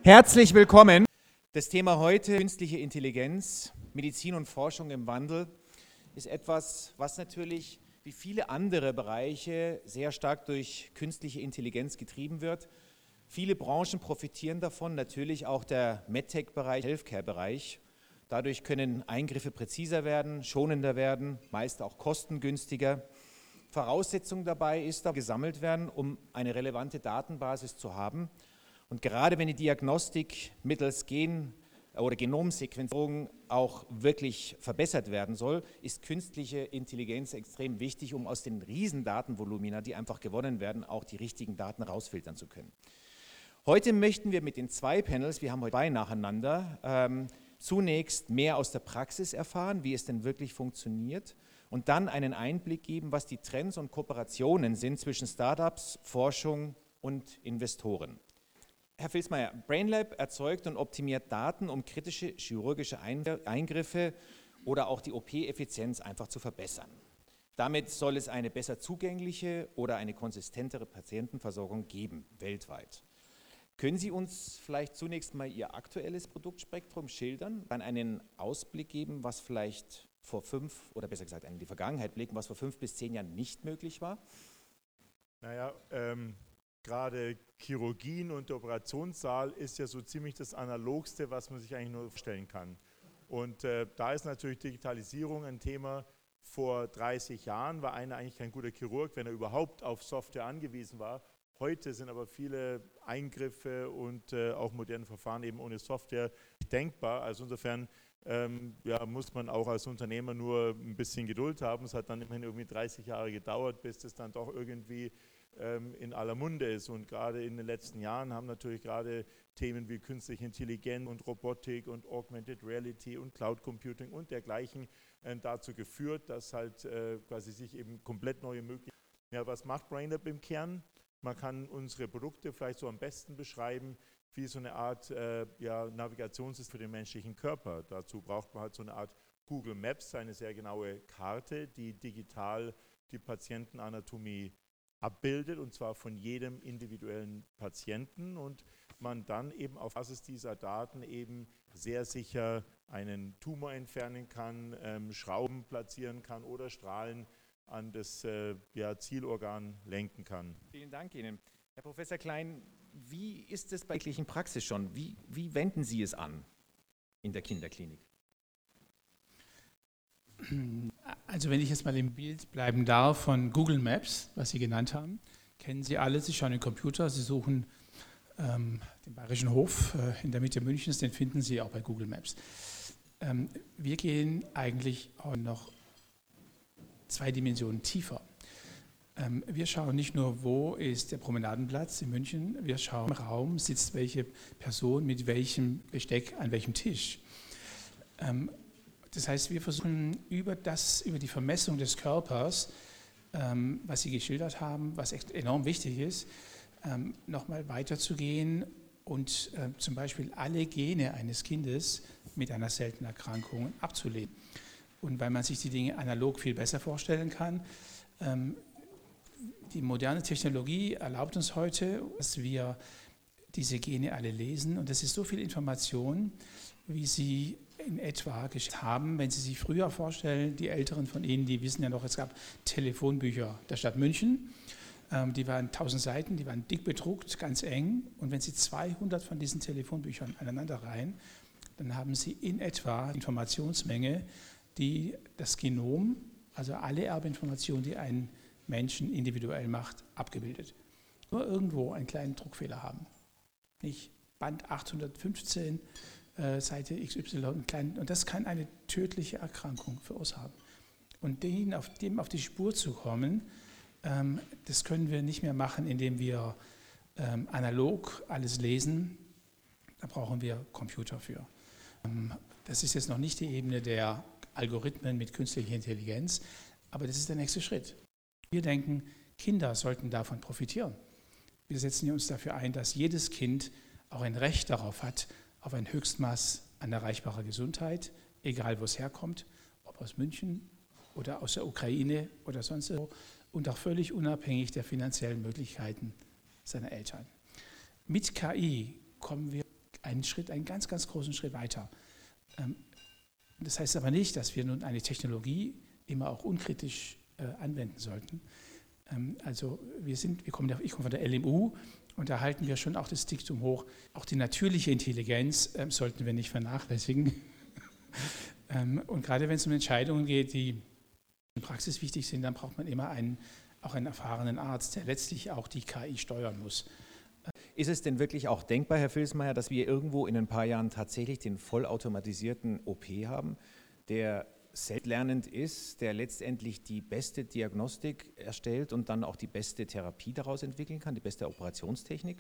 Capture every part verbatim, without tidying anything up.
Herzlich willkommen. Das Thema heute, künstliche Intelligenz, Medizin und Forschung im Wandel, ist etwas, was natürlich wie viele andere Bereiche sehr stark durch künstliche Intelligenz getrieben wird. Viele Branchen profitieren davon, natürlich auch der MedTech-Bereich, Healthcare-Bereich. Dadurch können Eingriffe präziser werden, schonender werden, meist auch kostengünstiger. Voraussetzung dabei ist, dass gesammelt werden, um eine relevante Datenbasis zu haben. Und gerade wenn die Diagnostik mittels Gen- oder Genomsequenzierung auch wirklich verbessert werden soll, ist künstliche Intelligenz extrem wichtig, um aus den riesen Datenvolumina, die einfach gewonnen werden, auch die richtigen Daten rausfiltern zu können. Heute möchten wir mit den zwei Panels, wir haben heute zwei nacheinander, ähm, zunächst mehr aus der Praxis erfahren, wie es denn wirklich funktioniert und dann einen Einblick geben, was die Trends und Kooperationen sind zwischen Startups, Forschung und Investoren. Herr Vilsmeier, Brainlab erzeugt und optimiert Daten, um kritische chirurgische Eingriffe oder auch die O P-Effizienz einfach zu verbessern. Damit soll es eine besser zugängliche oder eine konsistentere Patientenversorgung geben, weltweit. Können Sie uns vielleicht zunächst mal Ihr aktuelles Produktspektrum schildern, dann einen Ausblick geben, was vielleicht vor fünf, oder besser gesagt in die Vergangenheit blicken, was vor fünf bis zehn Jahren nicht möglich war? Naja, ähm gerade Chirurgien und der Operationssaal ist ja so ziemlich das Analogste, was man sich eigentlich nur vorstellen kann. Und äh, da ist natürlich Digitalisierung ein Thema. Vor dreißig Jahren war einer eigentlich kein guter Chirurg, wenn er überhaupt auf Software angewiesen war. Heute sind aber viele Eingriffe und äh, auch moderne Verfahren eben ohne Software denkbar. Also insofern ähm, ja, muss man auch als Unternehmer nur ein bisschen Geduld haben. Es hat dann immerhin irgendwie dreißig Jahre gedauert, bis das dann doch irgendwie in aller Munde ist. Und gerade in den letzten Jahren haben natürlich gerade Themen wie künstliche Intelligenz und Robotik und Augmented Reality und Cloud Computing und dergleichen äh, dazu geführt, dass halt äh, quasi sich eben komplett neue Möglichkeiten. Ja, was macht Brainlab im Kern? Man kann unsere Produkte vielleicht so am besten beschreiben wie so eine Art äh, ja, Navigationssystem für den menschlichen Körper. Dazu braucht man halt so eine Art Google Maps, eine sehr genaue Karte, die digital die Patientenanatomie abbildet, und zwar von jedem individuellen Patienten, und man dann eben auf Basis dieser Daten eben sehr sicher einen Tumor entfernen kann, ähm, Schrauben platzieren kann oder Strahlen an das äh, ja, Zielorgan lenken kann. Vielen Dank Ihnen. Herr Professor Klein, wie ist es bei der täglichen Praxis schon? Wie, wie wenden Sie es an in der Kinderklinik? Also wenn ich jetzt mal im Bild bleiben darf von Google Maps, was Sie genannt haben, kennen Sie alle, Sie schauen in den Computer, Sie suchen ähm, den Bayerischen Hof äh, in der Mitte Münchens, den finden Sie auch bei Google Maps. Ähm, wir gehen eigentlich auch noch zwei Dimensionen tiefer. Ähm, wir schauen nicht nur, wo ist der Promenadenplatz in München, wir schauen, im Raum sitzt welche Person mit welchem Besteck an welchem Tisch. Ähm, Das heißt, wir versuchen über, das, über die Vermessung des Körpers, ähm, was Sie geschildert haben, was enorm wichtig ist, ähm, nochmal weiterzugehen und äh, zum Beispiel alle Gene eines Kindes mit einer seltenen Erkrankung abzulehnen. Und weil man sich die Dinge analog viel besser vorstellen kann, ähm, die moderne Technologie erlaubt uns heute, dass wir diese Gene alle lesen, und das ist so viel Information, wie Sie in etwa haben, wenn Sie sich früher vorstellen, die Älteren von Ihnen, die wissen ja noch, es gab Telefonbücher der Stadt München, ähm, die waren tausend Seiten, die waren dick bedruckt, ganz eng, und wenn Sie zweihundert von diesen Telefonbüchern aneinander reihen, dann haben Sie in etwa Informationsmenge, die das Genom, also alle Erbinformationen, die einen Menschen individuell macht, abgebildet. Nur irgendwo einen kleinen Druckfehler haben. Nicht Band achthundertfünfzehn, äh, Seite X Y, klein, und das kann eine tödliche Erkrankung verursachen. Und denen auf, dem auf die Spur zu kommen, ähm, das können wir nicht mehr machen, indem wir ähm, analog alles lesen. Da brauchen wir Computer für. Ähm, das ist jetzt noch nicht die Ebene der Algorithmen mit künstlicher Intelligenz, aber das ist der nächste Schritt. Wir denken, Kinder sollten davon profitieren. Wir setzen uns dafür ein, dass jedes Kind auch ein Recht darauf hat, auf ein Höchstmaß an erreichbarer Gesundheit, egal wo es herkommt, ob aus München oder aus der Ukraine oder sonst wo, und auch völlig unabhängig der finanziellen Möglichkeiten seiner Eltern. Mit K I kommen wir einen Schritt, einen ganz, ganz großen Schritt weiter. Ähm, das heißt aber nicht, dass wir nun eine Technologie immer auch unkritisch äh, anwenden sollten. Ähm, also wir sind, wir kommen, ich komme von der L M U und da halten wir schon auch das Diktum hoch. Auch die natürliche Intelligenz ähm, sollten wir nicht vernachlässigen. ähm, und gerade wenn es um Entscheidungen geht, die in Praxis wichtig sind, dann braucht man immer einen, auch einen erfahrenen Arzt, der letztlich auch die K I steuern muss. Ist es denn wirklich auch denkbar, Herr Vilsmeier, dass wir irgendwo in ein paar Jahren tatsächlich den vollautomatisierten O P haben, der selbstlernend ist, der letztendlich die beste Diagnostik erstellt und dann auch die beste Therapie daraus entwickeln kann, die beste Operationstechnik?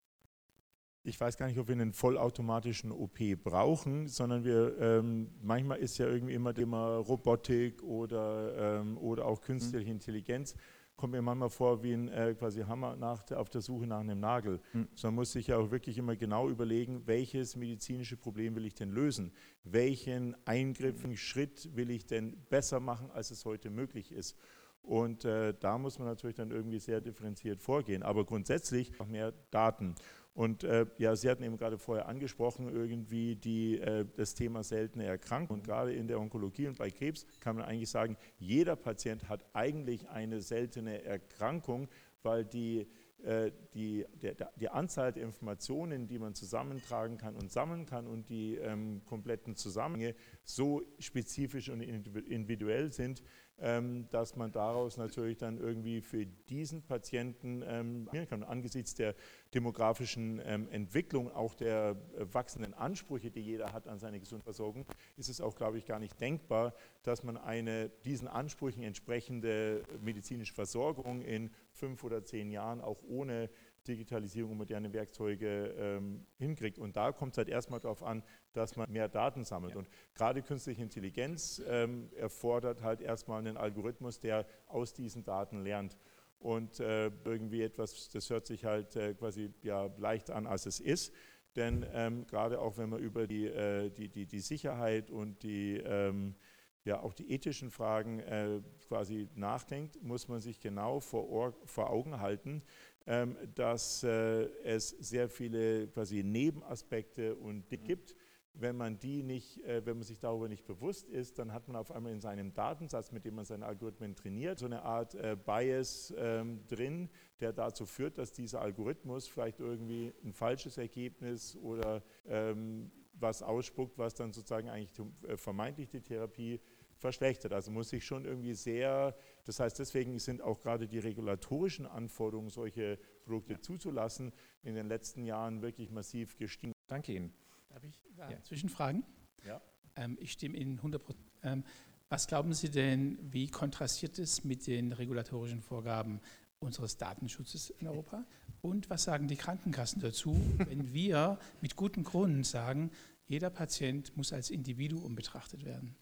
Ich weiß gar nicht, ob wir einen vollautomatischen O P brauchen, sondern wir, ähm, manchmal ist ja irgendwie immer Thema Robotik oder, ähm, oder auch künstliche mhm. Intelligenz. Kommt mir manchmal vor wie ein äh, quasi Hammer nach, auf der Suche nach einem Nagel. Mhm. So, man muss sich ja auch wirklich immer genau überlegen, welches medizinische Problem will ich denn lösen? Welchen eingriffenden Schritt will ich denn besser machen, als es heute möglich ist? Und äh, da muss man natürlich dann irgendwie sehr differenziert vorgehen. Aber grundsätzlich noch mehr Daten. Und äh, ja, Sie hatten eben gerade vorher angesprochen, irgendwie die, äh, das Thema seltene Erkrankungen. Und gerade in der Onkologie und bei Krebs kann man eigentlich sagen, jeder Patient hat eigentlich eine seltene Erkrankung, weil die, äh, die, der, die Anzahl der Informationen, die man zusammentragen kann und sammeln kann und die ähm, kompletten Zusammenhänge so spezifisch und individuell sind, ähm, dass man daraus natürlich dann irgendwie für diesen Patienten ähm, kann. Angesichts der demografischen ähm, Entwicklung, auch der äh, wachsenden Ansprüche, die jeder hat an seine Gesundheitsversorgung, ist es auch, glaube ich, gar nicht denkbar, dass man eine diesen Ansprüchen entsprechende medizinische Versorgung in fünf oder zehn Jahren auch ohne Digitalisierung und moderne Werkzeuge ähm, hinkriegt. Und da kommt es halt erstmal darauf an, dass man mehr Daten sammelt. Ja. Und gerade künstliche Intelligenz ähm, erfordert halt erstmal einen Algorithmus, der aus diesen Daten lernt. Und äh, irgendwie etwas, das hört sich halt äh, quasi ja, leichter an, als es ist. Denn ähm, gerade auch wenn man über die, äh, die, die, die Sicherheit und die, ähm, ja, auch die ethischen Fragen äh, quasi nachdenkt, muss man sich genau vor, Ohr, vor Augen halten, ähm, dass äh, es sehr viele quasi Nebenaspekte und gibt. Wenn man die nicht, äh, wenn man sich darüber nicht bewusst ist, dann hat man auf einmal in seinem Datensatz, mit dem man seine Algorithmen trainiert, so eine Art äh, Bias ähm, drin, der dazu führt, dass dieser Algorithmus vielleicht irgendwie ein falsches Ergebnis oder ähm, was ausspuckt, was dann sozusagen eigentlich äh, vermeintlich die Therapie verschlechtert. Also muss ich schon irgendwie sehr, das heißt, deswegen sind auch gerade die regulatorischen Anforderungen, solche Produkte zuzulassen, in den letzten Jahren wirklich massiv gestiegen. Danke Ihnen. Darf ich da ja. zwischenfragen? Ja. Ähm, ich stimme Ihnen hundert Prozent. Ähm, was glauben Sie denn, wie kontrastiert es mit den regulatorischen Vorgaben unseres Datenschutzes in Europa? Und was sagen die Krankenkassen dazu, wenn wir mit gutem Grund sagen, jeder Patient muss als Individuum betrachtet werden?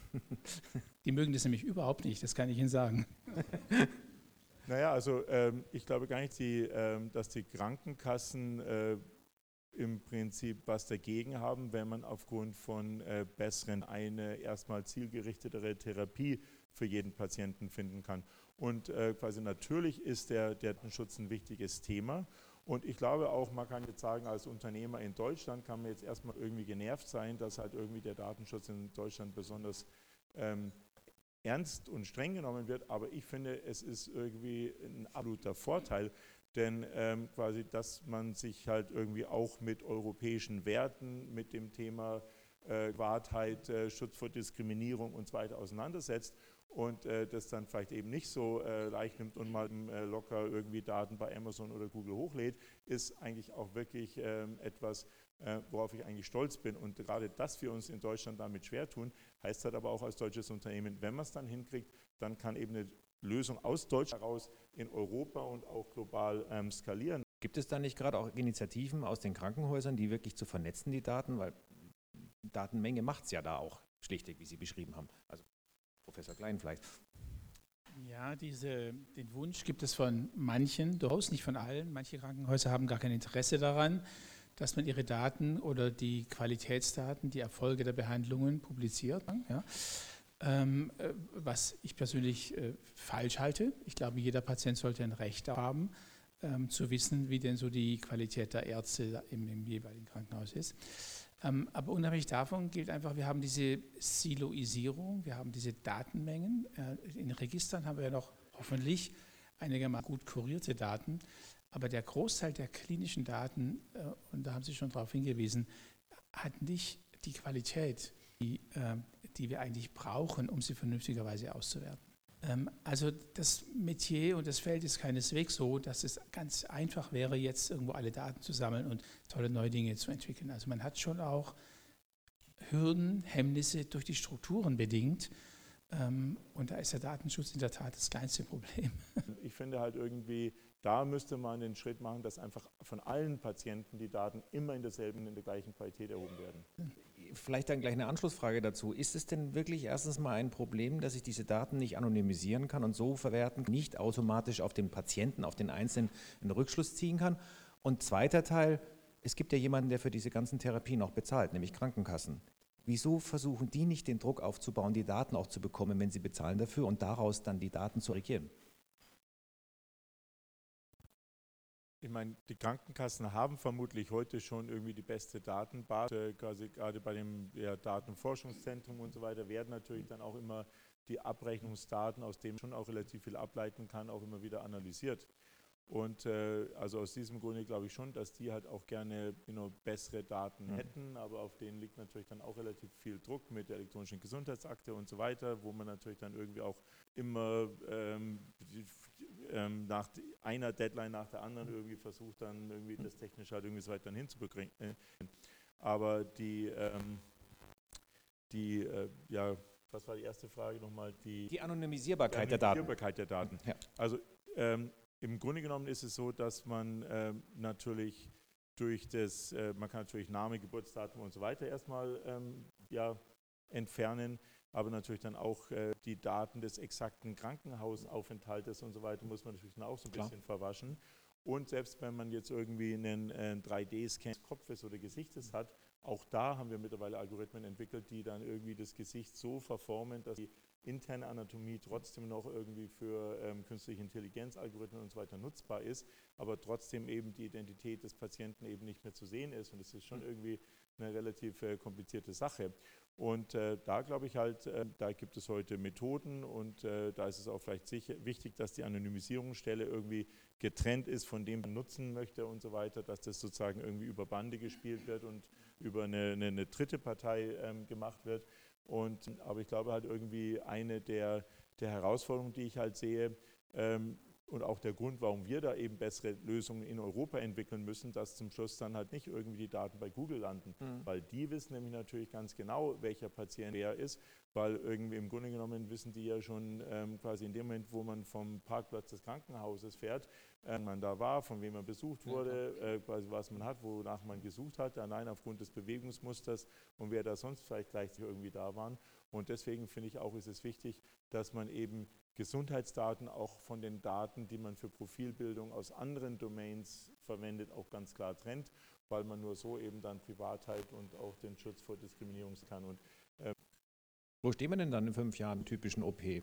Die mögen das nämlich überhaupt nicht, das kann ich Ihnen sagen. Naja, also ähm, ich glaube gar nicht, die, ähm, dass die Krankenkassen äh, im Prinzip was dagegen haben, wenn man aufgrund von äh, besseren eine erstmal zielgerichtetere Therapie für jeden Patienten finden kann. Und äh, quasi natürlich ist der, der Datenschutz ein wichtiges Thema. Und ich glaube auch, man kann jetzt sagen, als Unternehmer in Deutschland kann man jetzt erstmal irgendwie genervt sein, dass halt irgendwie der Datenschutz in Deutschland besonders ähm, ernst und streng genommen wird. Aber ich finde, es ist irgendwie ein absoluter Vorteil, denn ähm, quasi, dass man sich halt irgendwie auch mit europäischen Werten, mit dem Thema äh, Wahrheit, äh, Schutz vor Diskriminierung und so weiter auseinandersetzt und äh, das dann vielleicht eben nicht so äh, leicht nimmt und mal äh, locker irgendwie Daten bei Amazon oder Google hochlädt, ist eigentlich auch wirklich äh, etwas, äh, worauf ich eigentlich stolz bin. Und gerade, dass wir uns in Deutschland damit schwer tun, heißt halt aber auch als deutsches Unternehmen, wenn man es dann hinkriegt, dann kann eben eine Lösung aus Deutschland heraus in Europa und auch global ähm, skalieren. Gibt es da nicht gerade auch Initiativen aus den Krankenhäusern, die wirklich zu vernetzen, die Daten? Weil Datenmenge macht es ja da auch schlichtweg, wie Sie beschrieben haben. Also Professor Klein vielleicht. Ja, diese, den Wunsch gibt es von manchen, durchaus nicht von allen. Manche Krankenhäuser haben gar kein Interesse daran, dass man ihre Daten oder die Qualitätsdaten, die Erfolge der Behandlungen publiziert. Ja. Ähm, was ich persönlich äh, falsch halte. Ich glaube, jeder Patient sollte ein Recht haben, ähm, zu wissen, wie denn so die Qualität der Ärzte im, im jeweiligen Krankenhaus ist. Ähm, aber unabhängig davon gilt einfach, wir haben diese Siloisierung, wir haben diese Datenmengen. Äh, in Registern haben wir ja noch hoffentlich einigermaßen gut kurierte Daten, aber der Großteil der klinischen Daten, äh, und da haben Sie schon darauf hingewiesen, hat nicht die Qualität, die, äh, die wir eigentlich brauchen, um sie vernünftigerweise auszuwerten. Ähm, also das Metier und das Feld ist keineswegs so, dass es ganz einfach wäre, jetzt irgendwo alle Daten zu sammeln und tolle neue Dinge zu entwickeln. Also man hat schon auch Hürden, Hemmnisse durch die Strukturen bedingt. Ähm, und da ist der Datenschutz in der Tat das kleinste Problem. Ich finde halt irgendwie, da müsste man den Schritt machen, dass einfach von allen Patienten die Daten immer in derselben, in der gleichen Qualität erhoben werden. Vielleicht dann gleich eine Anschlussfrage dazu. Ist es denn wirklich erstens mal ein Problem, dass ich diese Daten nicht anonymisieren kann und so verwerten, nicht automatisch auf den Patienten, auf den Einzelnen einen Rückschluss ziehen kann? Und zweiter Teil, es gibt ja jemanden, der für diese ganzen Therapien auch bezahlt, nämlich Krankenkassen. Wieso versuchen die nicht den Druck aufzubauen, die Daten auch zu bekommen, wenn sie bezahlen dafür und daraus dann die Daten zu regieren? Ich meine, die Krankenkassen haben vermutlich heute schon irgendwie die beste Datenbasis, quasi gerade bei dem ja, Datenforschungszentrum und so weiter werden natürlich dann auch immer die Abrechnungsdaten, aus denen man schon auch relativ viel ableiten kann, auch immer wieder analysiert. Und äh, also aus diesem Grunde glaube ich schon, dass die halt auch gerne you know, bessere Daten hätten, aber auf denen liegt natürlich dann auch relativ viel Druck mit der elektronischen Gesundheitsakte und so weiter, wo man natürlich dann irgendwie auch immer ähm, die, ähm, nach einer Deadline nach der anderen irgendwie versucht, dann irgendwie das technisch halt irgendwie so weit dann hinzubringen. Aber die, ähm, die äh, ja, was war die erste Frage nochmal? Die, die Anonymisierbarkeit, die Anonymisierbarkeit der Daten. der Daten. Ja. Also ähm, im Grunde genommen ist es so, dass man äh, natürlich durch das, äh, man kann natürlich Name, Geburtsdatum und so weiter erstmal ähm, ja, entfernen, aber natürlich dann auch äh, die Daten des exakten Krankenhausaufenthaltes und so weiter muss man natürlich dann auch so ein Klar. bisschen verwaschen. Und selbst wenn man jetzt irgendwie einen, einen drei D-Scan des Kopfes oder Gesichtes hat, auch da haben wir mittlerweile Algorithmen entwickelt, die dann irgendwie das Gesicht so verformen, dass die interne Anatomie trotzdem noch irgendwie für ähm, künstliche Intelligenzalgorithmen und so weiter nutzbar ist, aber trotzdem eben die Identität des Patienten eben nicht mehr zu sehen ist. Und das ist schon irgendwie eine relativ äh, komplizierte Sache. Und äh, da glaube ich halt, äh, da gibt es heute Methoden und äh, da ist es auch vielleicht sicher, wichtig, dass die Anonymisierungsstelle irgendwie getrennt ist von dem, was man nutzen möchte und so weiter, dass das sozusagen irgendwie über Bande gespielt wird und über eine, eine, eine dritte Partei ähm, gemacht wird. Und, aber ich glaube halt irgendwie eine der, der Herausforderungen, die ich halt sehe, ähm, und auch der Grund, warum wir da eben bessere Lösungen in Europa entwickeln müssen, dass zum Schluss dann halt nicht irgendwie die Daten bei Google landen, mhm. weil die wissen nämlich natürlich ganz genau, welcher Patient wer ist, weil irgendwie im Grunde genommen wissen die ja schon ähm, quasi in dem Moment, wo man vom Parkplatz des Krankenhauses fährt, äh, man da war, von wem man besucht wurde, äh, quasi was man hat, wonach man gesucht hat, allein aufgrund des Bewegungsmusters und wer da sonst vielleicht gleich irgendwie da waren. Und deswegen finde ich auch, ist es wichtig, dass man eben Gesundheitsdaten auch von den Daten, die man für Profilbildung aus anderen Domains verwendet, auch ganz klar trennt, weil man nur so eben dann Privatheit und auch den Schutz vor Diskriminierung kann. Und, äh Wo stehen wir denn dann in fünf Jahren typischen O P?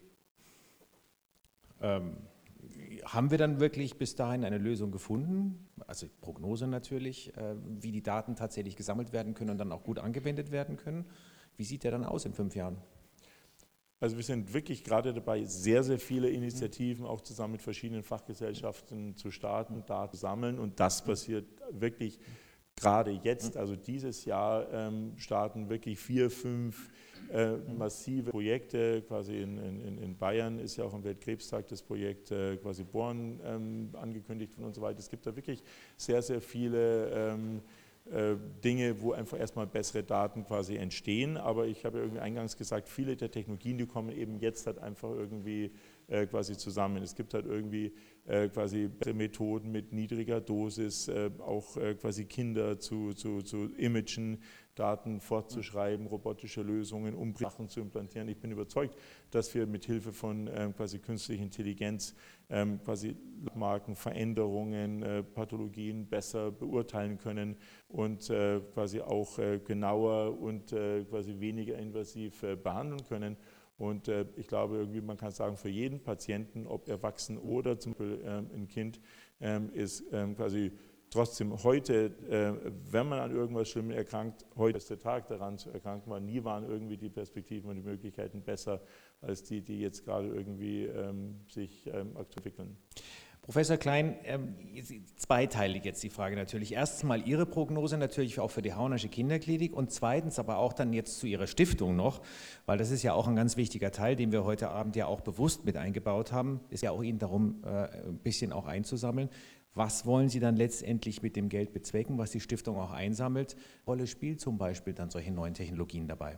Ähm, haben wir dann wirklich bis dahin eine Lösung gefunden, also Prognose natürlich, äh, wie die Daten tatsächlich gesammelt werden können und dann auch gut angewendet werden können? Wie sieht der dann aus in fünf Jahren? Also wir sind wirklich gerade dabei, sehr, sehr viele Initiativen auch zusammen mit verschiedenen Fachgesellschaften zu starten, Daten zu sammeln und das passiert wirklich gerade jetzt, also dieses Jahr ähm, starten wirklich vier, fünf äh, massive Projekte, quasi in, in, in Bayern ist ja auch am Weltkrebstag das Projekt äh, quasi Born ähm, angekündigt und so weiter. Es gibt da wirklich sehr, sehr viele ähm, Dinge, wo einfach erstmal bessere Daten quasi entstehen, aber ich habe ja irgendwie eingangs gesagt, viele der Technologien, die kommen eben jetzt halt einfach irgendwie äh, quasi zusammen. Es gibt halt irgendwie äh, quasi bessere Methoden mit niedriger Dosis, äh, auch äh, quasi Kinder zu, zu, zu imagen, Daten fortzuschreiben, robotische Lösungen, um Sachen zu implantieren. Ich bin überzeugt, dass wir mit Hilfe von ähm, quasi künstlicher Intelligenz ähm, quasi Marken, Veränderungen, äh, Pathologien besser beurteilen können und äh, quasi auch äh, genauer und äh, quasi weniger invasiv äh, behandeln können. Und äh, ich glaube, irgendwie man kann sagen, für jeden Patienten, ob erwachsen oder zum Beispiel äh, ein Kind, ähm, ist ähm, quasi trotzdem heute, äh, wenn man an irgendwas Schlimmem erkrankt, heute ist der Tag daran zu erkranken, weil nie waren irgendwie die Perspektiven und die Möglichkeiten besser als die, die jetzt gerade irgendwie ähm, sich ähm, entwickeln. Professor Klein, ähm, zweiteilig jetzt die Frage natürlich. Erstens mal Ihre Prognose natürlich auch für die Haunersche Kinderklinik und zweitens aber auch dann jetzt zu Ihrer Stiftung noch, weil das ist ja auch ein ganz wichtiger Teil, den wir heute Abend ja auch bewusst mit eingebaut haben, ist ja auch Ihnen darum, äh, ein bisschen auch einzusammeln. Was wollen Sie dann letztendlich mit dem Geld bezwecken, was die Stiftung auch einsammelt? Rolle spielt zum Beispiel dann solche neuen Technologien dabei?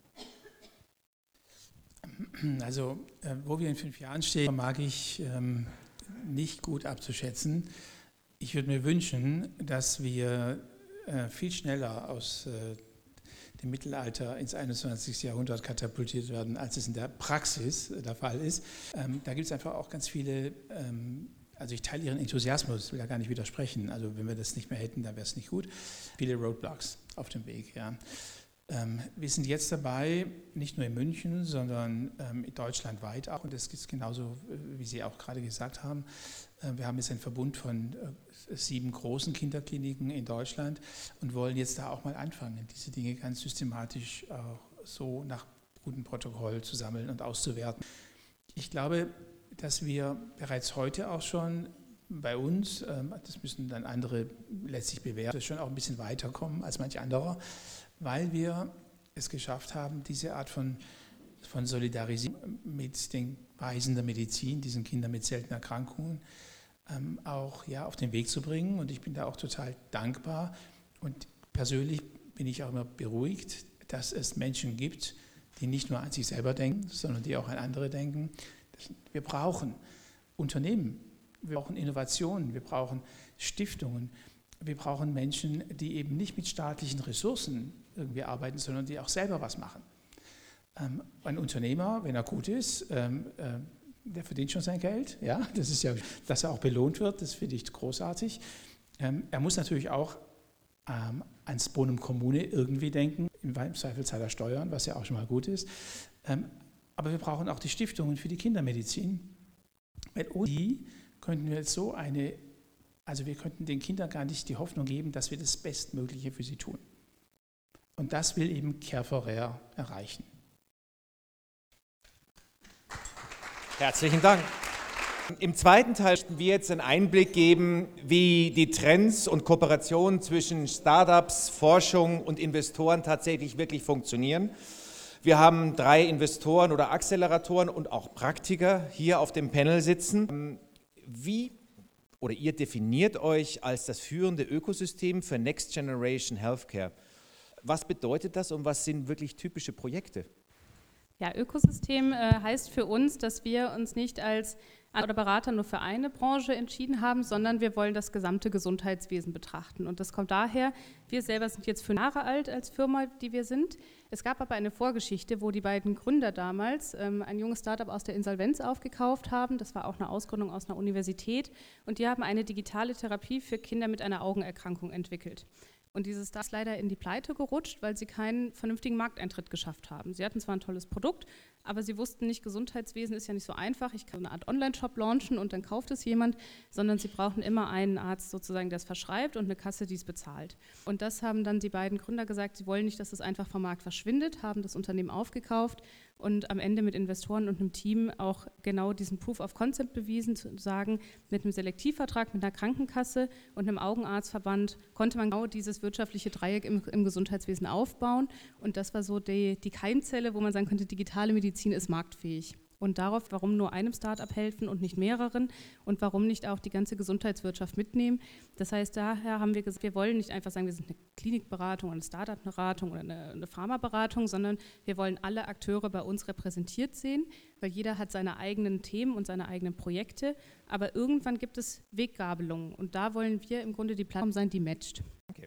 Also, äh, wo wir in fünf Jahren stehen, mag ich ähm, nicht gut abzuschätzen. Ich würde mir wünschen, dass wir äh, viel schneller aus äh, dem Mittelalter ins einundzwanzigste Jahrhundert katapultiert werden, als es in der Praxis äh, der Fall ist. Ähm, da gibt es einfach auch ganz viele, ähm, also ich teile Ihren Enthusiasmus, will ja gar nicht widersprechen. Also wenn wir das nicht mehr hätten, dann wäre es nicht gut. Viele Roadblocks auf dem Weg, ja. Ähm, wir sind jetzt dabei, nicht nur in München, sondern ähm, deutschlandweit auch, und das ist genauso, wie Sie auch gerade gesagt haben. Äh, wir haben jetzt einen Verbund von äh, sieben großen Kinderkliniken in Deutschland und wollen jetzt da auch mal anfangen, diese Dinge ganz systematisch auch so nach gutem Protokoll zu sammeln und auszuwerten. Ich glaube, dass wir bereits heute auch schon bei uns, ähm, das müssen dann andere letztlich bewerten, schon auch ein bisschen weiterkommen als manch anderer, weil wir es geschafft haben, diese Art von, von Solidarisierung mit den Weisen der Medizin, diesen Kindern mit seltenen Erkrankungen, ähm, auch ja, auf den Weg zu bringen. Und ich bin da auch total dankbar. Und persönlich bin ich auch immer beruhigt, dass es Menschen gibt, die nicht nur an sich selber denken, sondern die auch an andere denken. Wir brauchen Unternehmen, wir brauchen Innovationen, wir brauchen Stiftungen. Wir brauchen Menschen, die eben nicht mit staatlichen Ressourcen irgendwie arbeiten, sondern die auch selber was machen. Ähm, ein Unternehmer, wenn er gut ist, ähm, äh, der verdient schon sein Geld. Ja, das ist ja, dass er auch belohnt wird, das finde ich großartig. Ähm, er muss natürlich auch ähm, ans Bonum Commune irgendwie denken. Im Zweifel zahlt er Steuern, was ja auch schon mal gut ist. Ähm, aber wir brauchen auch die Stiftungen für die Kindermedizin. Weil ohne die könnten wir jetzt so eine Also wir könnten den Kindern gar nicht die Hoffnung geben, dass wir das Bestmögliche für sie tun. Und das will eben Care for Rare erreichen. Herzlichen Dank. Im zweiten Teil möchten wir jetzt einen Einblick geben, wie die Trends und Kooperationen zwischen Startups, Forschung und Investoren tatsächlich wirklich funktionieren. Wir haben drei Investoren oder Acceleratoren und auch Praktiker hier auf dem Panel sitzen. Wie oder ihr definiert euch als das führende Ökosystem für Next Generation Healthcare. Was bedeutet das und was sind wirklich typische Projekte? Ja, Ökosystem äh, heißt für uns, dass wir uns nicht als oder Berater nur für eine Branche entschieden haben, sondern wir wollen das gesamte Gesundheitswesen betrachten. Und das kommt daher, wir selber sind jetzt fünf Jahre alt als Firma, die wir sind. Es gab aber eine Vorgeschichte, wo die beiden Gründer damals ähm, ein junges Startup aus der Insolvenz aufgekauft haben. Das war auch eine Ausgründung aus einer Universität. Und die haben eine digitale Therapie für Kinder mit einer Augenerkrankung entwickelt. Und dieses Startup ist leider in die Pleite gerutscht, weil sie keinen vernünftigen Markteintritt geschafft haben. Sie hatten zwar ein tolles Produkt, aber sie wussten nicht, Gesundheitswesen ist ja nicht so einfach. Ich kann eine Art Online-Shop launchen und dann kauft es jemand, sondern sie brauchen immer einen Arzt sozusagen, der es verschreibt und eine Kasse, die es bezahlt. Und das haben dann die beiden Gründer gesagt, sie wollen nicht, dass es einfach vom Markt verschwindet, haben das Unternehmen aufgekauft und am Ende mit Investoren und einem Team auch genau diesen Proof of Concept bewiesen, zu sagen, mit einem Selektivvertrag mit einer Krankenkasse und einem Augenarztverband konnte man genau dieses wirtschaftliche Dreieck im, im Gesundheitswesen aufbauen. Und das war so die, die Keimzelle, wo man sagen könnte, digitale Medizin ist marktfähig. Und darauf, warum nur einem Start-up helfen und nicht mehreren und warum nicht auch die ganze Gesundheitswirtschaft mitnehmen. Das heißt, daher haben wir gesagt, wir wollen nicht einfach sagen, wir sind eine Klinikberatung oder eine Start-up-Beratung oder eine, eine Pharma-Beratung, sondern wir wollen alle Akteure bei uns repräsentiert sehen, weil jeder hat seine eigenen Themen und seine eigenen Projekte, aber irgendwann gibt es Weggabelungen und da wollen wir im Grunde die Plattform sein, die matcht. Okay.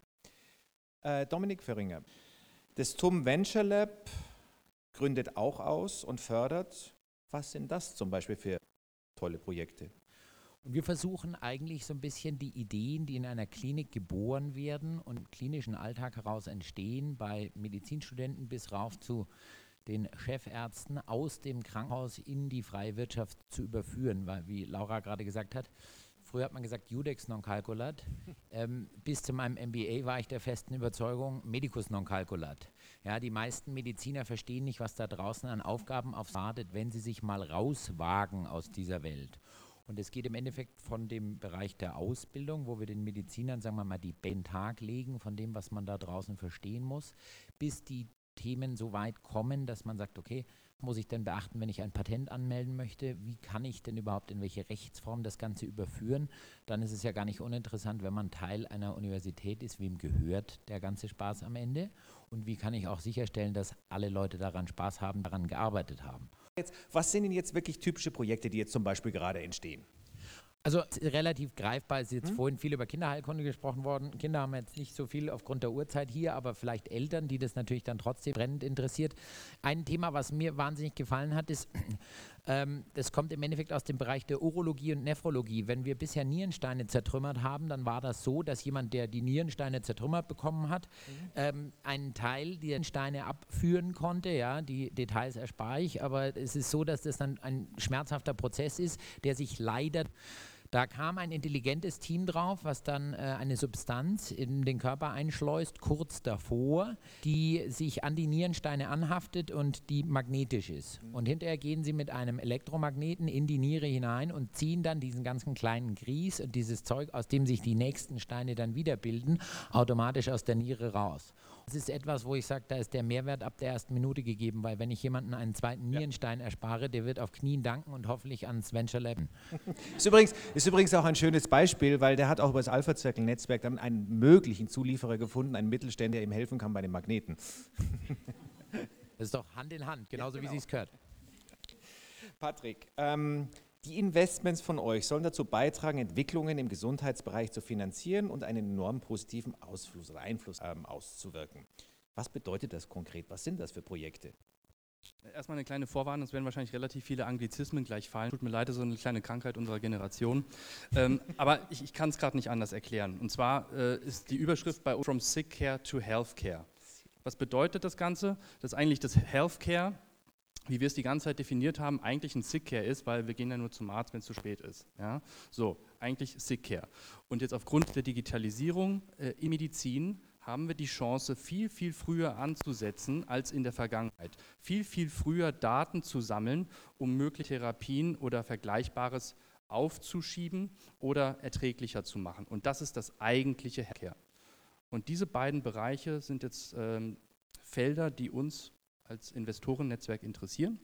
Äh, Dominik Föhringer, das T U M Venture Lab gründet auch aus und fördert. Was sind das zum Beispiel für tolle Projekte? Und wir versuchen eigentlich so ein bisschen die Ideen, die in einer Klinik geboren werden und im klinischen Alltag heraus entstehen, bei Medizinstudenten bis rauf zu den Chefärzten aus dem Krankenhaus in die freie Wirtschaft zu überführen, weil, wie Laura gerade gesagt hat, früher hat man gesagt Judex non calculat, ähm, bis zu meinem M B A war ich der festen Überzeugung, Medicus non calculat. Ja, die meisten Mediziner verstehen nicht, was da draußen an Aufgaben auf sie wartet, wenn sie sich mal rauswagen aus dieser Welt. Und es geht im Endeffekt von dem Bereich der Ausbildung, wo wir den Medizinern, sagen wir mal, die den Tag legen, von dem, was man da draußen verstehen muss, bis die Themen so weit kommen, dass man sagt, okay, muss ich denn beachten, wenn ich ein Patent anmelden möchte? Wie kann ich denn überhaupt in welche Rechtsform das Ganze überführen? Dann ist es ja gar nicht uninteressant, wenn man Teil einer Universität ist, wem gehört der ganze Spaß am Ende? Und wie kann ich auch sicherstellen, dass alle Leute daran Spaß haben, daran gearbeitet haben? Jetzt, was sind denn jetzt wirklich typische Projekte, die jetzt zum Beispiel gerade entstehen? Also relativ greifbar ist jetzt hm? vorhin viel über Kinderheilkunde gesprochen worden. Kinder haben jetzt nicht so viel aufgrund der Uhrzeit hier, aber vielleicht Eltern, die das natürlich dann trotzdem brennend interessiert. Ein Thema, was mir wahnsinnig gefallen hat, ist, ähm, das kommt im Endeffekt aus dem Bereich der Urologie und Nephrologie. Wenn wir bisher Nierensteine zertrümmert haben, dann war das so, dass jemand, der die Nierensteine zertrümmert bekommen hat, mhm. ähm, einen Teil der Steine abführen konnte. Ja, die Details erspare ich, aber es ist so, dass das dann ein schmerzhafter Prozess ist, der sich leider... Da kam ein intelligentes Team drauf, was dann äh, eine Substanz in den Körper einschleust, kurz davor, die sich an die Nierensteine anhaftet und die magnetisch ist. Mhm. Und hinterher gehen sie mit einem Elektromagneten in die Niere hinein und ziehen dann diesen ganzen kleinen Grieß und dieses Zeug, aus dem sich die nächsten Steine dann wieder bilden, automatisch aus der Niere raus. Das ist etwas, wo ich sage, da ist der Mehrwert ab der ersten Minute gegeben, weil wenn ich jemanden einen zweiten Nierenstein erspare, der wird auf Knien danken und hoffentlich ans Venture Lab. Ist übrigens, ist übrigens auch ein schönes Beispiel, weil der hat auch über das Alpha-Zirkel-Netzwerk dann einen möglichen Zulieferer gefunden, einen Mittelständler, der ihm helfen kann bei den Magneten. Das ist doch Hand in Hand, genauso ja, genau. Wie sie es gehört. Patrick, ähm, die Investments von euch sollen dazu beitragen, Entwicklungen im Gesundheitsbereich zu finanzieren und einen enorm positiven Ausfluss oder Einfluss ähm, auszuwirken. Was bedeutet das konkret? Was sind das für Projekte? Erstmal eine kleine Vorwarnung, es werden wahrscheinlich relativ viele Anglizismen gleich fallen. Tut mir leid, das ist so eine kleine Krankheit unserer Generation. ähm, aber ich, ich kann es gerade nicht anders erklären. Und zwar äh, ist die Überschrift bei From Sick Care to Healthcare. Was bedeutet das Ganze? Das ist eigentlich das Healthcare, wie wir es die ganze Zeit definiert haben, eigentlich ein Sick Care ist, weil wir gehen ja nur zum Arzt, wenn es zu spät ist. Ja? So, eigentlich Sick Care. Und jetzt aufgrund der Digitalisierung äh, in Medizin haben wir die Chance, viel, viel früher anzusetzen als in der Vergangenheit. Viel, viel früher Daten zu sammeln, um mögliche Therapien oder Vergleichbares aufzuschieben oder erträglicher zu machen. Und das ist das eigentliche Healthcare. Und diese beiden Bereiche sind jetzt ähm, Felder, die uns als Investorennetzwerk interessieren.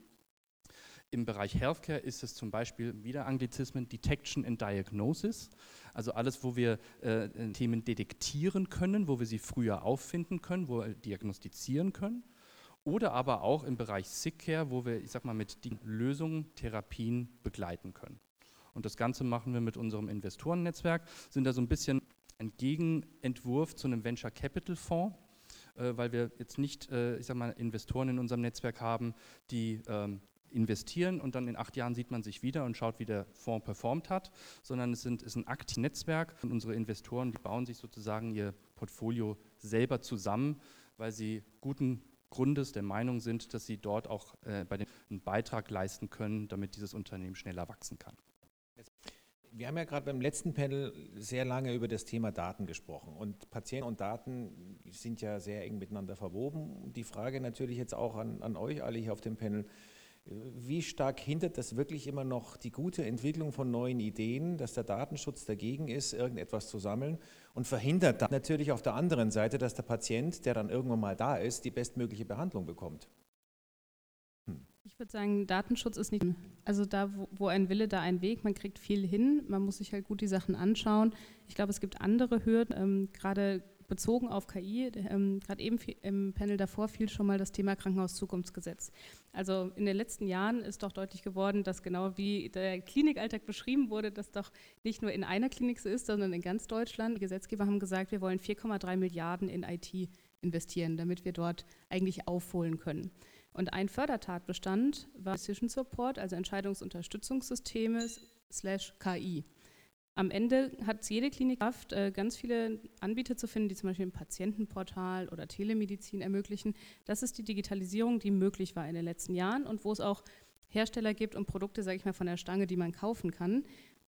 Im Bereich Healthcare ist es zum Beispiel wieder Anglizismen Detection and Diagnosis, also alles, wo wir äh, Themen detektieren können, wo wir sie früher auffinden können, wo wir diagnostizieren können. Oder aber auch im Bereich Sick Care, wo wir, ich sag mal, mit den Lösungen, Therapien begleiten können. Und das Ganze machen wir mit unserem Investorennetzwerk, sind da so ein bisschen ein Gegenentwurf zu einem Venture Capital Fonds, äh, weil wir jetzt nicht, äh, ich sag mal, Investoren in unserem Netzwerk haben, die ähm, investieren und dann in acht Jahren sieht man sich wieder und schaut, wie der Fonds performt hat, sondern es sind, ist ein aktives Netzwerk und unsere Investoren, die bauen sich sozusagen ihr Portfolio selber zusammen, weil sie guten Grundes der Meinung sind, dass sie dort auch äh, bei dem einen Beitrag leisten können, damit dieses Unternehmen schneller wachsen kann. Wir haben ja gerade beim letzten Panel sehr lange über das Thema Daten gesprochen und Patienten und Daten sind ja sehr eng miteinander verwoben. Die Frage natürlich jetzt auch an, an euch alle hier auf dem Panel: Wie stark hindert das wirklich immer noch die gute Entwicklung von neuen Ideen, dass der Datenschutz dagegen ist, irgendetwas zu sammeln, und verhindert dann natürlich auf der anderen Seite, dass der Patient, der dann irgendwann mal da ist, die bestmögliche Behandlung bekommt? Hm. Ich würde sagen, Datenschutz ist nicht, also da, wo, wo ein Wille, da ein Weg, man kriegt viel hin, man muss sich halt gut die Sachen anschauen. Ich glaube, es gibt andere Hürden, ähm, gerade bezogen auf K I, ähm, gerade eben im Panel davor fiel schon mal das Thema Krankenhauszukunftsgesetz. Also in den letzten Jahren ist doch deutlich geworden, dass genau wie der Klinikalltag beschrieben wurde, dass doch nicht nur in einer Klinik so ist, sondern in ganz Deutschland. Die Gesetzgeber haben gesagt, wir wollen vier Komma drei Milliarden in I T investieren, damit wir dort eigentlich aufholen können. Und ein Fördertatbestand war Decision Support, also Entscheidungsunterstützungssysteme slash K I. Am Ende hat es jede Klinik geschafft, ganz viele Anbieter zu finden, die zum Beispiel ein Patientenportal oder Telemedizin ermöglichen. Das ist die Digitalisierung, die möglich war in den letzten Jahren und wo es auch Hersteller gibt und Produkte, sage ich mal, von der Stange, die man kaufen kann.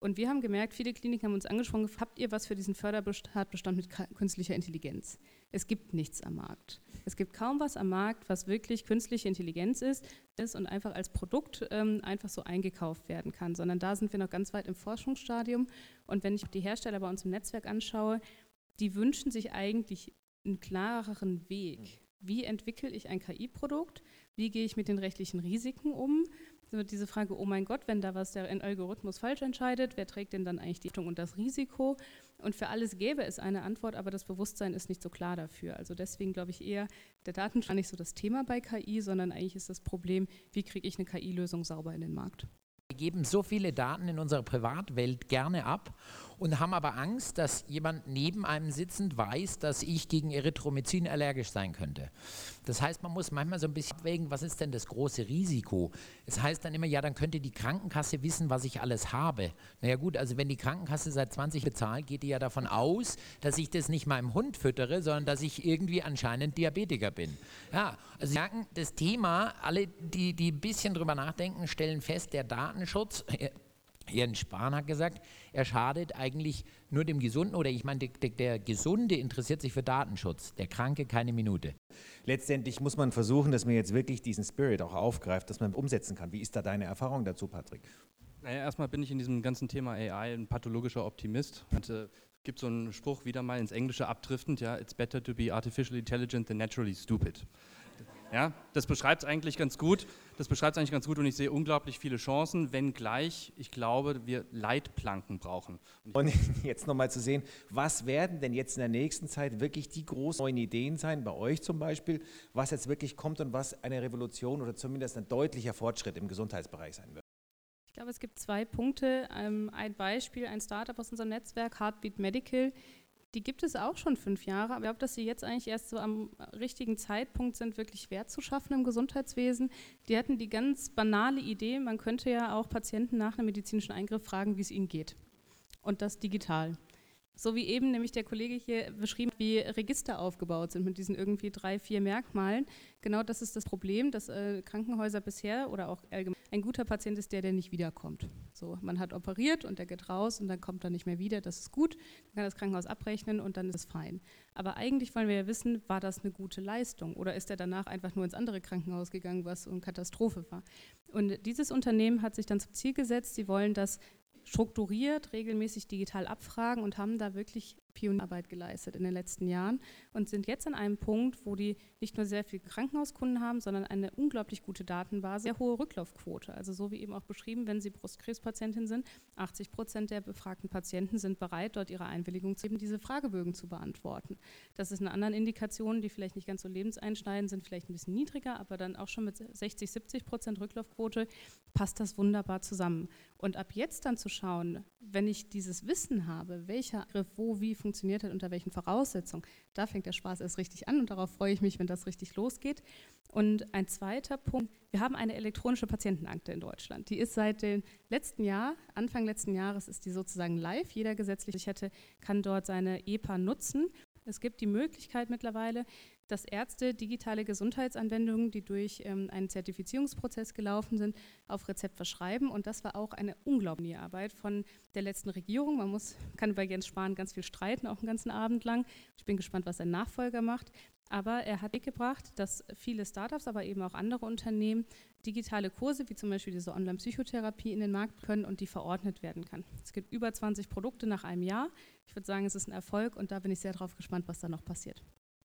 Und wir haben gemerkt, viele Kliniken haben uns angesprochen, habt ihr was für diesen Fördertatbestand mit künstlicher Intelligenz? Es gibt nichts am Markt. Es gibt kaum was am Markt, was wirklich künstliche Intelligenz ist, ist und einfach als Produkt ähm, einfach so eingekauft werden kann, sondern da sind wir noch ganz weit im Forschungsstadium. Und wenn ich die Hersteller bei uns im Netzwerk anschaue, die wünschen sich eigentlich einen klareren Weg. Wie entwickle ich ein K I-Produkt? Wie gehe ich mit den rechtlichen Risiken um? So diese Frage, oh mein Gott, wenn da was der Algorithmus falsch entscheidet, wer trägt denn dann eigentlich die Haftung und das Risiko? Und für alles gäbe es eine Antwort, aber das Bewusstsein ist nicht so klar dafür. Also deswegen glaube ich eher, der Datenschutz ist nicht so das Thema bei K I, sondern eigentlich ist das Problem, wie kriege ich eine K I-Lösung sauber in den Markt? Wir geben so viele Daten in unserer Privatwelt gerne ab und haben aber Angst, dass jemand neben einem sitzend weiß, dass ich gegen Erythromycin allergisch sein könnte. Das heißt, man muss manchmal so ein bisschen abwägen, was ist denn das große Risiko? Es heißt dann immer, ja, dann könnte die Krankenkasse wissen, was ich alles habe. Naja gut, also wenn die Krankenkasse seit zwanzig bezahlt, geht die ja davon aus, dass ich das nicht meinem Hund füttere, sondern dass ich irgendwie anscheinend Diabetiker bin. Ja, also Sie merken, das Thema, alle, die, die ein bisschen drüber nachdenken, stellen fest, der Datenschutz, Jens Spahn hat gesagt, er schadet eigentlich nur dem Gesunden, oder ich meine, der, der, der Gesunde interessiert sich für Datenschutz, der Kranke keine Minute. Letztendlich muss man versuchen, dass man jetzt wirklich diesen Spirit auch aufgreift, dass man umsetzen kann. Wie ist da deine Erfahrung dazu, Patrick? Naja, erstmal bin ich in diesem ganzen Thema A I ein pathologischer Optimist. Es äh, gibt so einen Spruch, wieder mal ins Englische abdriftend, ja, it's better to be artificially intelligent than naturally stupid. Ja, das beschreibt es eigentlich ganz gut. Das beschreibt es eigentlich ganz gut und ich sehe unglaublich viele Chancen, wenngleich ich glaube, wir Leitplanken brauchen. Und, und jetzt nochmal zu sehen, was werden denn jetzt in der nächsten Zeit wirklich die großen neuen Ideen sein, bei euch zum Beispiel, was jetzt wirklich kommt und was eine Revolution oder zumindest ein deutlicher Fortschritt im Gesundheitsbereich sein wird? Ich glaube, es gibt zwei Punkte. Ein Beispiel, ein Startup aus unserem Netzwerk, Heartbeat Medical. Die gibt es auch schon fünf Jahre, aber ich glaube, dass sie jetzt eigentlich erst so am richtigen Zeitpunkt sind, wirklich Wert zu schaffen im Gesundheitswesen. Die hatten die ganz banale Idee, man könnte ja auch Patienten nach einem medizinischen Eingriff fragen, wie es ihnen geht. Und das digital. So wie eben nämlich der Kollege hier beschrieben hat, wie Register aufgebaut sind mit diesen irgendwie drei, vier Merkmalen. Genau das ist das Problem, dass äh, Krankenhäuser bisher oder auch allgemein, ein guter Patient ist der, der nicht wiederkommt. So, man hat operiert und der geht raus und dann kommt er nicht mehr wieder, das ist gut, dann kann das Krankenhaus abrechnen und dann ist es fein. Aber eigentlich wollen wir ja wissen, war das eine gute Leistung oder ist er danach einfach nur ins andere Krankenhaus gegangen, was eine Katastrophe war. Und dieses Unternehmen hat sich dann zum Ziel gesetzt, sie wollen das strukturiert, regelmäßig digital abfragen und haben da wirklich Pionierarbeit geleistet in den letzten Jahren und sind jetzt an einem Punkt, wo die nicht nur sehr viele Krankenhauskunden haben, sondern eine unglaublich gute Datenbasis, sehr hohe Rücklaufquote. Also so wie eben auch beschrieben, wenn Sie Brustkrebspatientin sind, achtzig Prozent der befragten Patienten sind bereit, dort ihre Einwilligung zu geben, diese Fragebögen zu beantworten. Das ist eine andere Indikation, die vielleicht nicht ganz so lebenseinschneidend sind, vielleicht ein bisschen niedriger, aber dann auch schon mit sechzig, siebzig Prozent Rücklaufquote passt das wunderbar zusammen. Und ab jetzt dann zu schauen, wenn ich dieses Wissen habe, welcher Griff wo wie funktioniert hat, unter welchen Voraussetzungen, da fängt der Spaß erst richtig an und darauf freue ich mich, wenn das richtig losgeht. Und ein zweiter Punkt, wir haben eine elektronische Patientenakte in Deutschland. Die ist seit dem letzten Jahr, Anfang letzten Jahres ist die sozusagen live. Jeder gesetzlich hätte, kann dort seine E P A nutzen. Es gibt die Möglichkeit mittlerweile, dass Ärzte digitale Gesundheitsanwendungen, die durch ähm, einen Zertifizierungsprozess gelaufen sind, auf Rezept verschreiben. Und das war auch eine unglaubliche Arbeit von der letzten Regierung. Man muss, kann über Jens Spahn ganz viel streiten, auch einen ganzen Abend lang. Ich bin gespannt, was sein Nachfolger macht. Aber er hat mitgebracht, dass viele Startups, aber eben auch andere Unternehmen digitale Kurse, wie zum Beispiel diese Online-Psychotherapie, in den Markt können und die verordnet werden kann. Es gibt über zwanzig Produkte nach einem Jahr. Ich würde sagen, es ist ein Erfolg und da bin ich sehr drauf gespannt, was da noch passiert.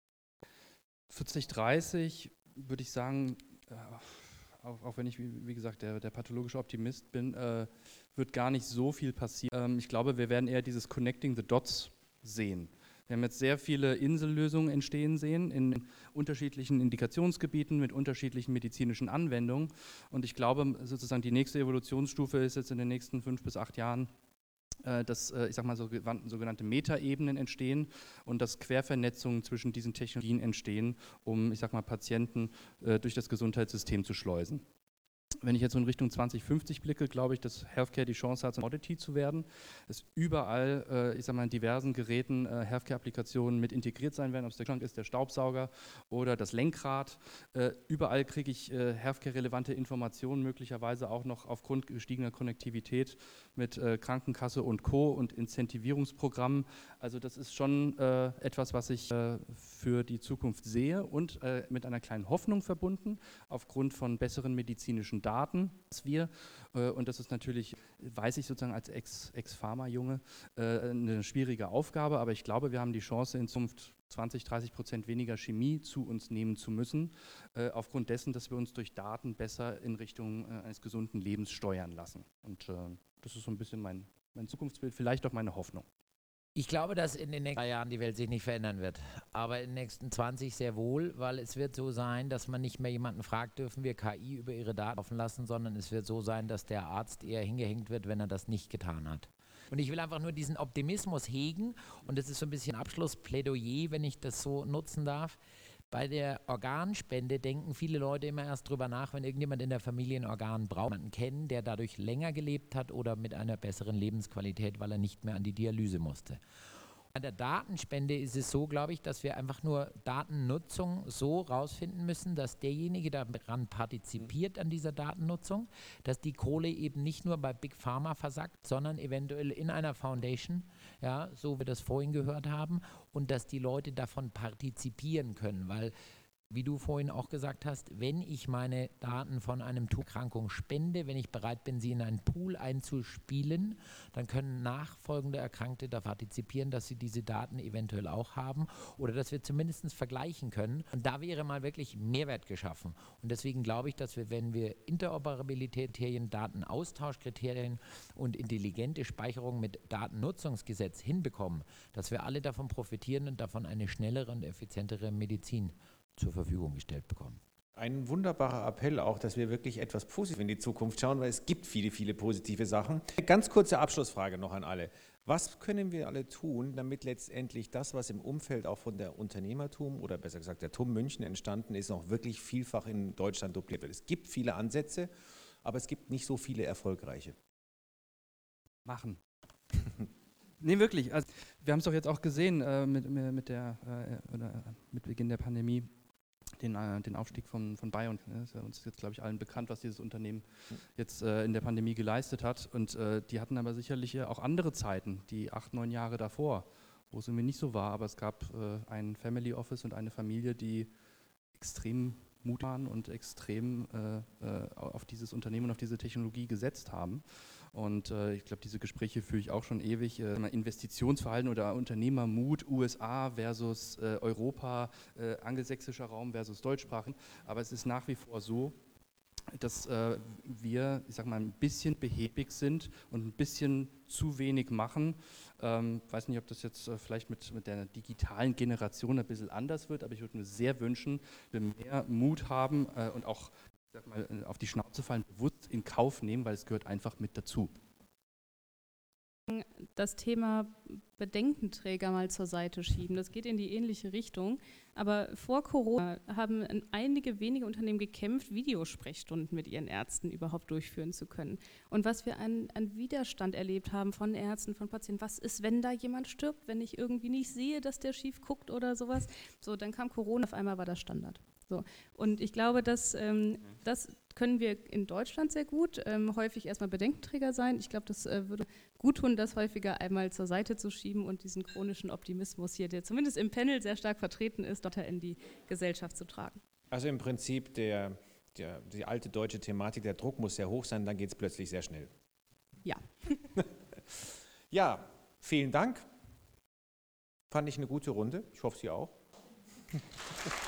vierzig dreißig würde ich sagen, äh, auch, auch wenn ich, wie, wie gesagt, der, der pathologische Optimist bin, äh, wird gar nicht so viel passieren. Ähm, ich glaube, wir werden eher dieses Connecting the Dots sehen. Wir haben jetzt sehr viele Insellösungen entstehen sehen in unterschiedlichen Indikationsgebieten mit unterschiedlichen medizinischen Anwendungen. Und ich glaube, sozusagen die nächste Evolutionsstufe ist jetzt in den nächsten fünf bis acht Jahren, dass, ich sag mal, sogenannte Metaebenen entstehen und dass Quervernetzungen zwischen diesen Technologien entstehen, um, ich sag mal, Patienten durch das Gesundheitssystem zu schleusen. Wenn ich jetzt so in Richtung zwanzig fünfzig blicke, glaube ich, dass Healthcare die Chance hat, ein Commodity zu werden, dass überall, äh, ich sage mal, in diversen Geräten äh, Healthcare-Applikationen mit integriert sein werden, ob es der Schrank ist, der Staubsauger oder das Lenkrad. Äh, überall kriege ich äh, Healthcare-relevante Informationen, möglicherweise auch noch aufgrund gestiegener Konnektivität mit äh, Krankenkasse und Co. und Incentivierungsprogrammen. Also das ist schon äh, etwas, was ich äh, für die Zukunft sehe und äh, mit einer kleinen Hoffnung verbunden, aufgrund von besseren medizinischen Daten, dass wir, äh, und das ist natürlich, weiß ich sozusagen als Ex- Ex-Pharma-Junge, äh, eine schwierige Aufgabe, aber ich glaube, wir haben die Chance, in Zukunft zwanzig, dreißig Prozent weniger Chemie zu uns nehmen zu müssen, äh, aufgrund dessen, dass wir uns durch Daten besser in Richtung äh, eines gesunden Lebens steuern lassen. Und äh, das ist so ein bisschen mein, mein Zukunftsbild, vielleicht auch meine Hoffnung. Ich glaube, dass in den nächsten drei Jahren die Welt sich nicht verändern wird, aber in den nächsten zwanzig sehr wohl, weil es wird so sein, dass man nicht mehr jemanden fragt, dürfen wir K I über ihre Daten laufen lassen, sondern es wird so sein, dass der Arzt eher hingehängt wird, wenn er das nicht getan hat. Und ich will einfach nur diesen Optimismus hegen und das ist so ein bisschen Abschlussplädoyer, wenn ich das so nutzen darf. Bei der Organspende denken viele Leute immer erst drüber nach, wenn irgendjemand in der Familie ein Organ braucht, jemanden kennen, der dadurch länger gelebt hat oder mit einer besseren Lebensqualität, weil er nicht mehr an die Dialyse musste. Bei der Datenspende ist es so, glaube ich, dass wir einfach nur Datennutzung so rausfinden müssen, dass derjenige daran partizipiert an dieser Datennutzung, dass die Kohle eben nicht nur bei Big Pharma versackt, sondern eventuell in einer Foundation, ja, so wie wir das vorhin gehört haben, und dass die Leute davon partizipieren können, weil wie du vorhin auch gesagt hast, wenn ich meine Daten von einem Erkrankung spende, wenn ich bereit bin, sie in einen Pool einzuspielen, dann können nachfolgende Erkrankte da partizipieren, dass sie diese Daten eventuell auch haben oder dass wir zumindest vergleichen können. Und da wäre mal wirklich Mehrwert geschaffen. Und deswegen glaube ich, dass wir, wenn wir Interoperabilitätskriterien, Datenaustauschkriterien und intelligente Speicherung mit Datennutzungsgesetz hinbekommen, dass wir alle davon profitieren und davon eine schnellere und effizientere Medizin zur Verfügung gestellt bekommen. Ein wunderbarer Appell auch, dass wir wirklich etwas positiv in die Zukunft schauen, weil es gibt viele, viele positive Sachen. Eine ganz kurze Abschlussfrage noch an alle. Was können wir alle tun, damit letztendlich das, was im Umfeld auch von der Unternehmertum oder besser gesagt der T U M München entstanden ist, noch wirklich vielfach in Deutschland dupliziert wird? Es gibt viele Ansätze, aber es gibt nicht so viele erfolgreiche. Machen. Nee, wirklich. Also, wir haben es doch jetzt auch gesehen äh, mit, mit, der, äh, oder mit Beginn der Pandemie, den, äh, den Aufstieg von, von BioNTech. Ne? Ist ja uns jetzt, glaube ich, allen bekannt, was dieses Unternehmen jetzt äh, in der Pandemie geleistet hat. Und äh, die hatten aber sicherlich auch andere Zeiten, die acht, neun Jahre davor, wo es irgendwie nicht so war. Aber es gab äh, ein Family Office und eine Familie, die extrem mutig waren und extrem äh, äh, auf dieses Unternehmen und auf diese Technologie gesetzt haben. Und äh, ich glaube, diese Gespräche führe ich auch schon ewig. Äh, Investitionsverhalten oder Unternehmermut, U S A versus äh, Europa, äh, angelsächsischer Raum versus Deutschsprachen. Aber es ist nach wie vor so, dass äh, wir, ich sag mal, ein bisschen behäbig sind und ein bisschen zu wenig machen. Ich ähm, weiß nicht, ob das jetzt äh, vielleicht mit, mit der digitalen Generation ein bisschen anders wird, aber ich würde mir sehr wünschen, wir mehr Mut haben äh, und auch, ich sag mal, auf die Schnauze fallen, bewusst in Kauf nehmen, weil es gehört einfach mit dazu. Das Thema Bedenkenträger mal zur Seite schieben, das geht in die ähnliche Richtung. Aber vor Corona haben einige wenige Unternehmen gekämpft, Videosprechstunden mit ihren Ärzten überhaupt durchführen zu können. Und was wir an, an Widerstand erlebt haben von Ärzten, von Patienten, was ist, wenn da jemand stirbt, wenn ich irgendwie nicht sehe, dass der schief guckt oder sowas. So, dann kam Corona, auf einmal war das Standard. So. Und ich glaube, dass, ähm, das können wir in Deutschland sehr gut, ähm, häufig erstmal Bedenkenträger sein. Ich glaube, das äh, würde gut tun, das häufiger einmal zur Seite zu schieben und diesen chronischen Optimismus hier, der zumindest im Panel sehr stark vertreten ist, dort in die Gesellschaft zu tragen. Also im Prinzip der, der, die alte deutsche Thematik, der Druck muss sehr hoch sein, dann geht es plötzlich sehr schnell. Ja. Ja, vielen Dank. Fand ich eine gute Runde. Ich hoffe, Sie auch.